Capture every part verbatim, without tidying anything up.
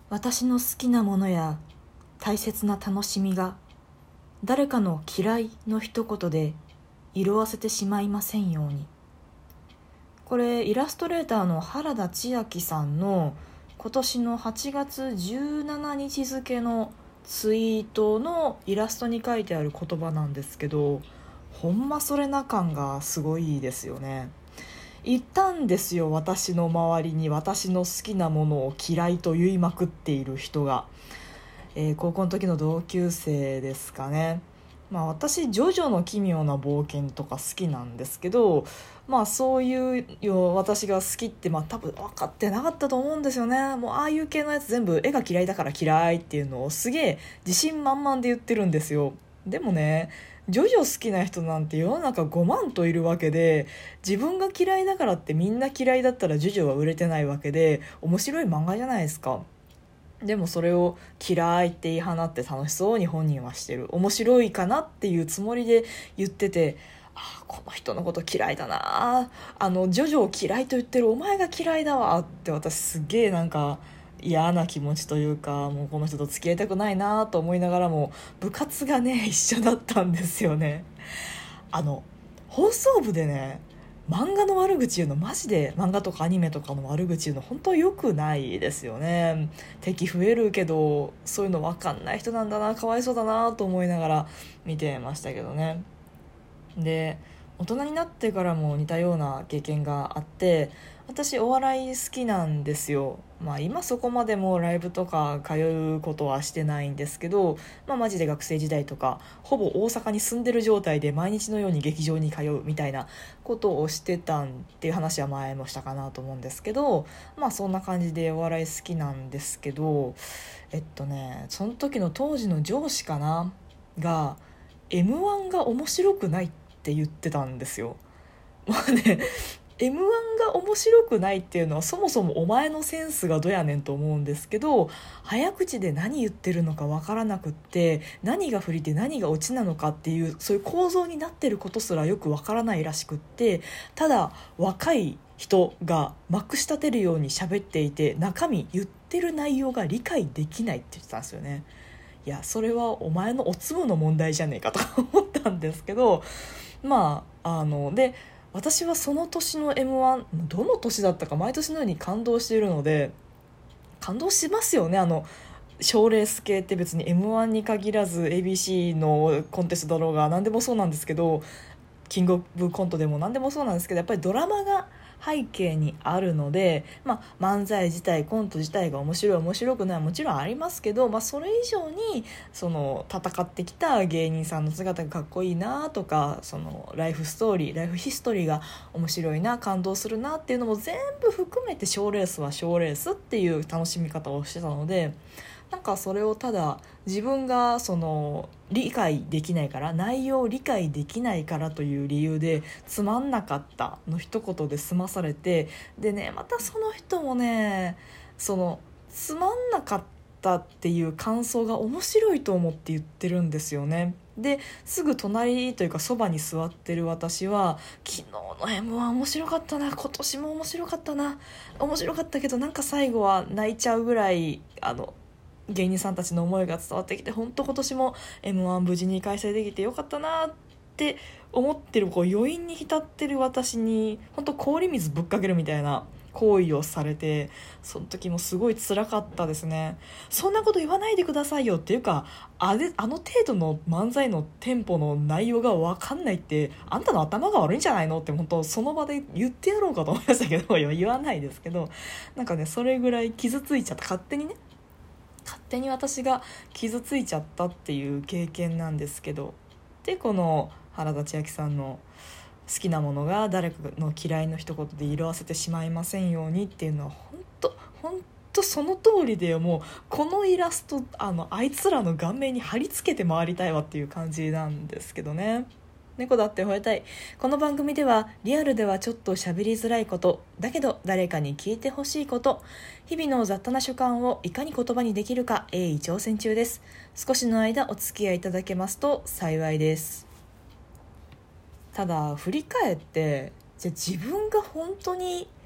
私の好きなものや大切な楽しみが誰かの嫌いの一言で色あせてしまいませんように。これイラストレーターの原田千秋さんの今年のはちがつじゅうしちにち付のツイートのイラストに書いてある言葉なんですけど、ほんまそれな感がすごいですよね。言ったんですよ、私の周りに私の好きなものを嫌いと言いまくっている人が、えー高校の時の同級生ですかね。まあ私ジョジョの奇妙な冒険とか好きなんですけど、まあそういうよ私が好きって、まあ多分分かってなかったと思うんですよね。もうああいう系のやつ全部絵が嫌いだから嫌いっていうのをすげえ自信満々で言ってるんですよ。でもね、ジョジョ好きな人なんて世の中ごまんといるわけで、自分が嫌いだからってみんな嫌いだったらジョジョは売れてないわけで、面白い漫画じゃないですか。でもそれを嫌いって言い放って楽しそうに本人はしてる、面白いかなっていうつもりで言ってて、ああこの人のこと嫌いだな、あのジョジョを嫌いと言ってるお前が嫌いだわって私すげえなんか嫌な気持ちというか、もうこの人と付き合いたくないなと思いながらも、部活がね一緒だったんですよね。あの放送部でね、漫画の悪口言うのマジで、漫画とかアニメとかの悪口言うの本当良くないですよね。敵増えるけどそういうの分かんない人なんだな、かわいそうだなと思いながら見てましたけどね。で大人になってからも似たような経験があって、私お笑い好きなんですよ。まあ今そこまでもライブとか通うことはしてないんですけど、まあマジで学生時代とかほぼ大阪に住んでる状態で毎日のように劇場に通うみたいなことをしてたんっていう話は前もしたかなと思うんですけど、まあそんな感じでお笑い好きなんですけど、えっとねその時の当時の上司かなが エムワン が面白くないって言ってたんですよ。まあね、エムワン が面白くないっていうのはそもそもお前のセンスがどやねんと思うんですけど、早口で何言ってるのか分からなくって、何が振りで何がオチなのかっていうそういう構造になってることすらよく分からないらしくって、ただ若い人がまくし立てるように喋っていて中身言ってる内容が理解できないって言ってたんですよね。いやそれはお前のおつむの問題じゃねえかと思ったんですけど、まああので私はその年の エムワン どの年だったか毎年のように感動しているので、感動しますよね。あの賞レース系って別に エムワン に限らず エービーシー のコンテストだろうが何でもそうなんですけど、キングオブコントでも何でもそうなんですけど、やっぱりドラマが背景にあるので、まあ、漫才自体コント自体が面白い面白くないはもちろんありますけど、まあ、それ以上にその戦ってきた芸人さんの姿がかっこいいなとか、そのライフストーリーライフヒストリーが面白いな感動するなっていうのも全部含めて賞レースは賞レースっていう楽しみ方をしてたので、なんかそれをただ自分がその理解できないから、内容を理解できないからという理由でつまんなかったの一言で済まされて、でねまたその人もね、そのつまんなかったっていう感想が面白いと思って言ってるんですよね。ですぐ隣というかそばに座ってる私は、昨日の エムワン 面白かったな、今年も面白かったな、面白かったけどなんか最後は泣いちゃうぐらい、あの芸人さんたちの思いが伝わってきて、本当今年も エムワン 無事に開催できてよかったなって思ってる、こう余韻に浸ってる私に本当氷水ぶっかけるみたいな行為をされて、その時もすごい辛かったですね。そんなこと言わないでくださいよっていうか、あれあの程度の漫才のテンポの内容が分かんないってあんたの頭が悪いんじゃないのって本当その場で言ってやろうかと思いましたけど、いや言わないですけど、なんかねそれぐらい傷ついちゃった、勝手にね勝手に私が傷ついちゃったっていう経験なんですけど、でこの原田千秋さんの好きなものが誰かの嫌いの一言で色あせてしまいませんようにっていうのは本当本当その通りで、もうこのイラストあのあいつらの顔面に貼り付けて回りたいわっていう感じなんですけどね。猫だって吠えたい。この番組ではリアルではちょっと喋りづらいことだけど誰かに聞いてほしいこと、日々の雑多な所感をいかに言葉にできるか鋭意挑戦中です。少しの間お付き合いいただけますと幸いです。ただ振り返って、じゃあ自分が本当に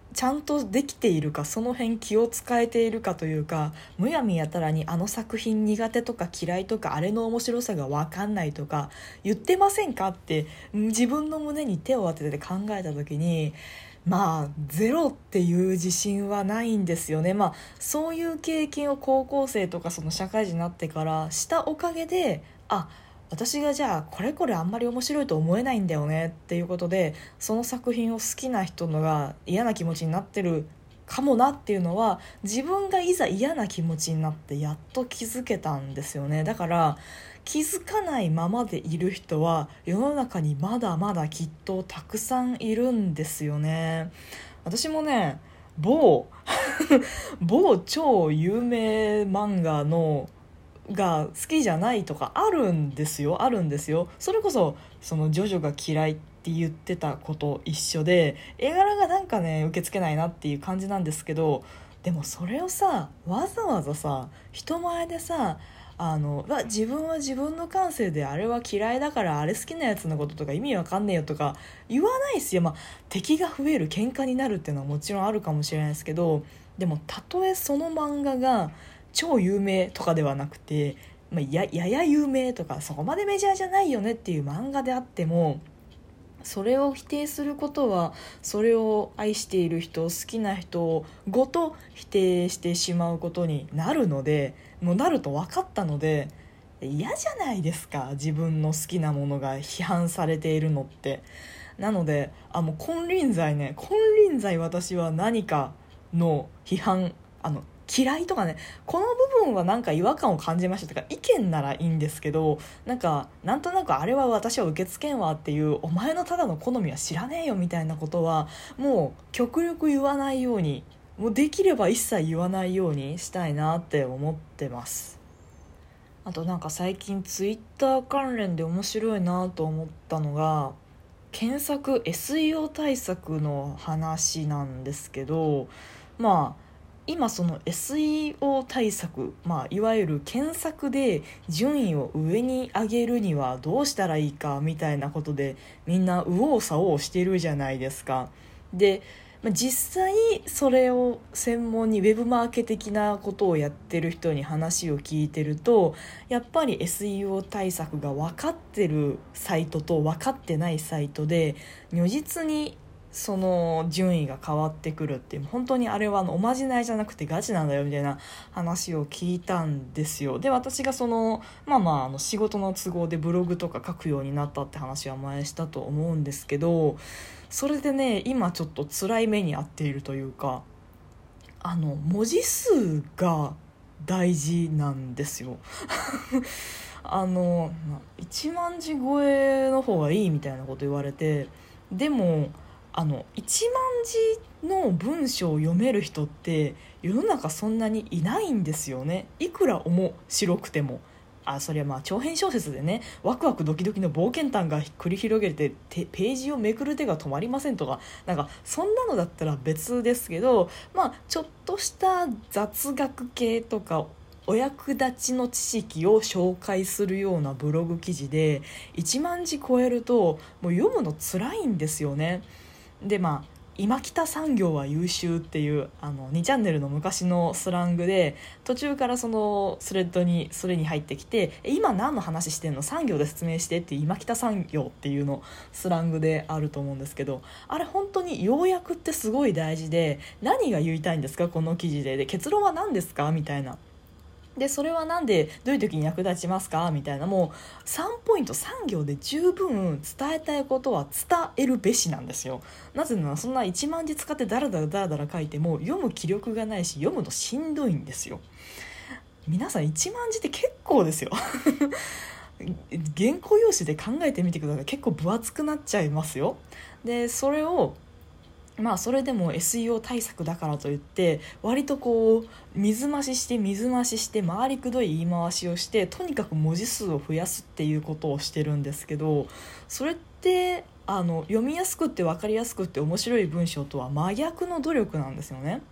ちゃんとできているか、その辺気を使えているかというか、むやみやたらにあの作品苦手とか嫌いとかあれの面白さが分かんないとか言ってませんかって自分の胸に手を当てて考えた時に、まあゼロっていう自信はないんですよね。まあそういう経験を高校生とかその社会人になってからしたおかげで、あ、私がじゃあこれこれあんまり面白いと思えないんだよねっていうことで、その作品を好きな人のが嫌な気持ちになってるかもなっていうのは、自分がいざ嫌な気持ちになってやっと気づけたんですよね。だから気づかないままでいる人は世の中にまだまだきっとたくさんいるんですよね。私もね、某某超有名漫画のが好きじゃないとかあるんですよあるんですよ。それこそそのジョジョが嫌いって言ってたこと一緒で、絵柄がなんかね受け付けないなっていう感じなんですけど、でもそれをさ、わざわざさ人前でさ、あのわ自分は自分の感性であれは嫌いだからあれ好きなやつのこととか意味わかんねえよとか言わないですよ。まあ敵が増える、喧嘩になるっていうのはもちろんあるかもしれないですけど、でもたとえその漫画が超有名とかではなくて、まあ、や, やや有名とかそこまでメジャーじゃないよねっていう漫画であっても、それを否定することはそれを愛している人、好きな人ごと否定してしまうことになるので、もうなると分かったので、嫌じゃないですか、自分の好きなものが批判されているのって。なのであもう金輪際ね金輪際私は何かの批判、あの嫌いとかね、この部分はなんか違和感を感じましたとか意見ならいいんですけど、なんかなんとなくあれは私は受け付けんわっていう、お前のただの好みは知らねえよみたいなことはもう極力言わないように、もうできれば一切言わないようにしたいなって思ってます。あとなんか最近ツイッター関連で面白いなと思ったのが、検索 エスイーオー 対策の話なんですけど、まあ今その エスイーオー 対策、まあ、いわゆる検索で順位を上に上げるにはどうしたらいいかみたいなことでみんな右往左往してるじゃないですか。で実際それを専門にウェブマーケ的なことをやってる人に話を聞いてると、やっぱり エスイーオー 対策が分かってるサイトと分かってないサイトで如実にその順位が変わってくるっていう、本当にあれはあのおまじないじゃなくてガチなんだよみたいな話を聞いたんですよ。で私がそのまあまああの仕事の都合でブログとか書くようになったって話は前したと思うんですけど、それでね今ちょっと辛い目に遭っているというか、あの文字数が大事なんですよあのいちまん字超えの方がいいみたいなこと言われて、でもあのいちまん字の文章を読める人って世の中そんなにいないんですよね。いくら面白くても、あそれはまあ長編小説でね、ワクワクドキドキの冒険譚が繰り広げてページをめくる手が止まりませんとか、なんかそんなのだったら別ですけど、まあちょっとした雑学系とかお役立ちの知識を紹介するようなブログ記事でいちまん字超えるともう読むの辛いんですよね。でまあ今北産業は優秀っていうあのにチャンネルの昔のスラングで、途中からそのスレッドにそれに入ってきて、今何の話してんの、産業で説明してっていう今北産業っていうのスラングであると思うんですけど、あれ本当に要約ってすごい大事で、何が言いたいんですかこの記事で、で結論は何ですかみたいな、でそれはなんでどういう時に役立ちますかみたいな、もうさんポイントさん行で十分伝えたいことは伝えるべしなんですよ。なぜならそんないちまん字使ってダラダラダラダラ書いても読む気力がないし読むのしんどいんですよ。皆さんいちまん字って結構ですよ原稿用紙で考えてみてください。結構分厚くなっちゃいますよ。でそれをまあそれでも エスイーオー 対策だからといって割とこう水増しして水増しして回りくどい言い回しをしてとにかく文字数を増やすっていうことをしてるんですけど、それってあの読みやすくって分かりやすくって面白い文章とは真逆の努力なんですよね。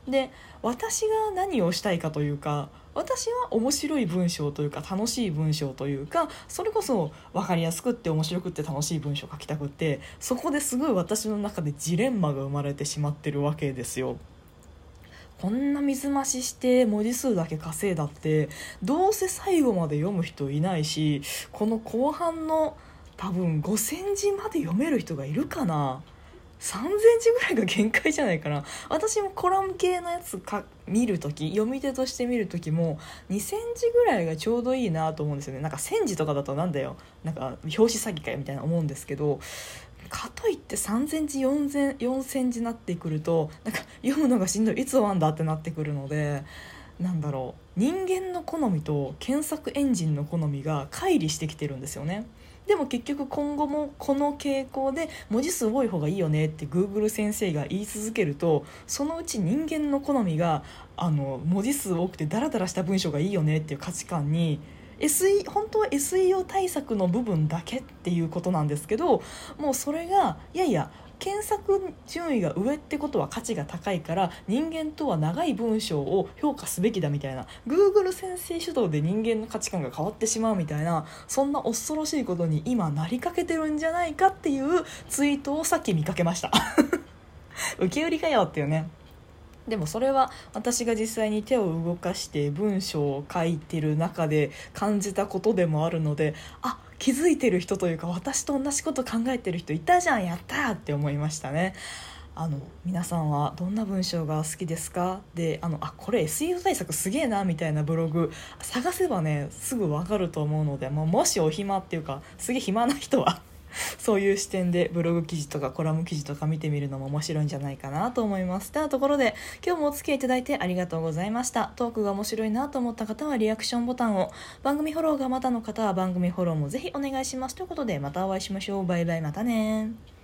で私が何をしたいかというか、私は面白い文章というか楽しい文章というか、それこそ分かりやすくって面白くって楽しい文章を書きたくって、そこですごい私の中でジレンマが生まれてしまってるわけですよ。こんな水増しして文字数だけ稼いだってどうせ最後まで読む人いないし、この後半の多分ごせんじまで読める人がいるかな。さんぜんじぐらいが限界じゃないかな。私もコラム系のやつか見るとき、読み手として見るときもにせんじぐらいがちょうどいいなと思うんですよね。なんかせんじとかだとなんだよ、なんか表紙詐欺かよみたいな思うんですけど、かといってさんぜんじよんせんじになってくるとなんか読むのがしんどい、いつ終わんだってなってくるので、なんだろう、人間の好みと検索エンジンの好みが乖離してきてるんですよね。でも結局今後もこの傾向で文字数多い方がいいよねって Google 先生が言い続けると、そのうち人間の好みがあの文字数多くてダラダラした文章がいいよねっていう価値観に、 エスイー 本当は エスイーオー 対策の部分だけっていうことなんですけど、もうそれがいやいや検索順位が上ってことは価値が高いから人間とは長い文章を評価すべきだみたいな、 Google 先生主導で人間の価値観が変わってしまうみたいな、そんな恐ろしいことに今なりかけてるんじゃないかっていうツイートをさっき見かけました受け売りかよっていうね。でもそれは私が実際に手を動かして文章を書いてる中で感じたことでもあるので、あ、気づいてる人というか私と同じこと考えてる人いたじゃん、やったーって思いましたね。あの皆さんはどんな文章が好きですか？で、あのあこれ エスイーオー 対策すげえなみたいなブログ探せばねすぐ分かると思うので、まあ、もしお暇っていうかすげえ暇な人はそういう視点でブログ記事とかコラム記事とか見てみるのも面白いんじゃないかなと思います。ではところで今日もお付き合いいただいてありがとうございました。トークが面白いなと思った方はリアクションボタンを、番組フォローがまだの方は番組フォローもぜひお願いしますということで、またお会いしましょう。バイバイ、またね。